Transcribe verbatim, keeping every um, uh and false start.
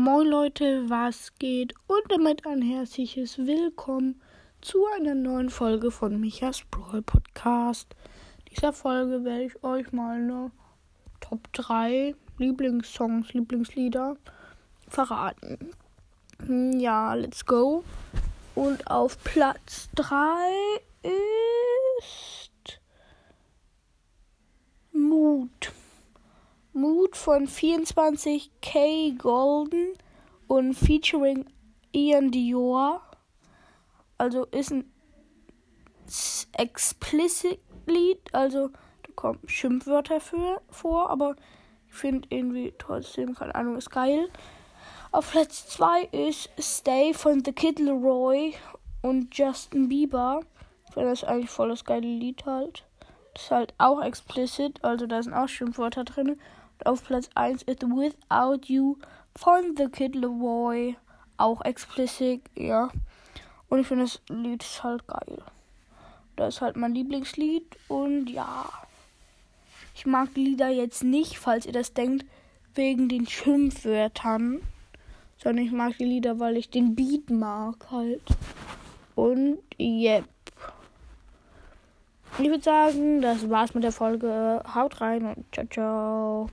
Moin Leute, was geht? Und damit ein herzliches Willkommen zu einer neuen Folge von Michas Brawl Podcast. In dieser Folge werde ich euch mal eine Top drei Lieblingssongs, Lieblingslieder verraten. Ja, let's go. Und auf Platz drei ist Mut. Mut von vierundzwanzig K Golden und featuring Ian Dior. Also ist ein explicit Lied, also da kommen Schimpfwörter für, vor, aber ich finde irgendwie trotzdem, keine Ahnung, ist geil. Auf Platz zwei ist Stay von The Kid Laroi und Justin Bieber. Ich finde das eigentlich voll das geile Lied halt. Das ist halt auch explicit, also da sind auch Schimpfwörter drin. Und auf Platz eins ist Without You von The Kid Laroi. Auch explicit, ja. Und ich finde das Lied ist halt geil. Das ist halt mein Lieblingslied und ja. Ich mag Lieder jetzt nicht, falls ihr das denkt, wegen den Schimpfwörtern. Sondern ich mag die Lieder, weil ich den Beat mag halt. Und yep. Ich würde sagen, das war's mit der Folge. Haut rein und ciao, ciao.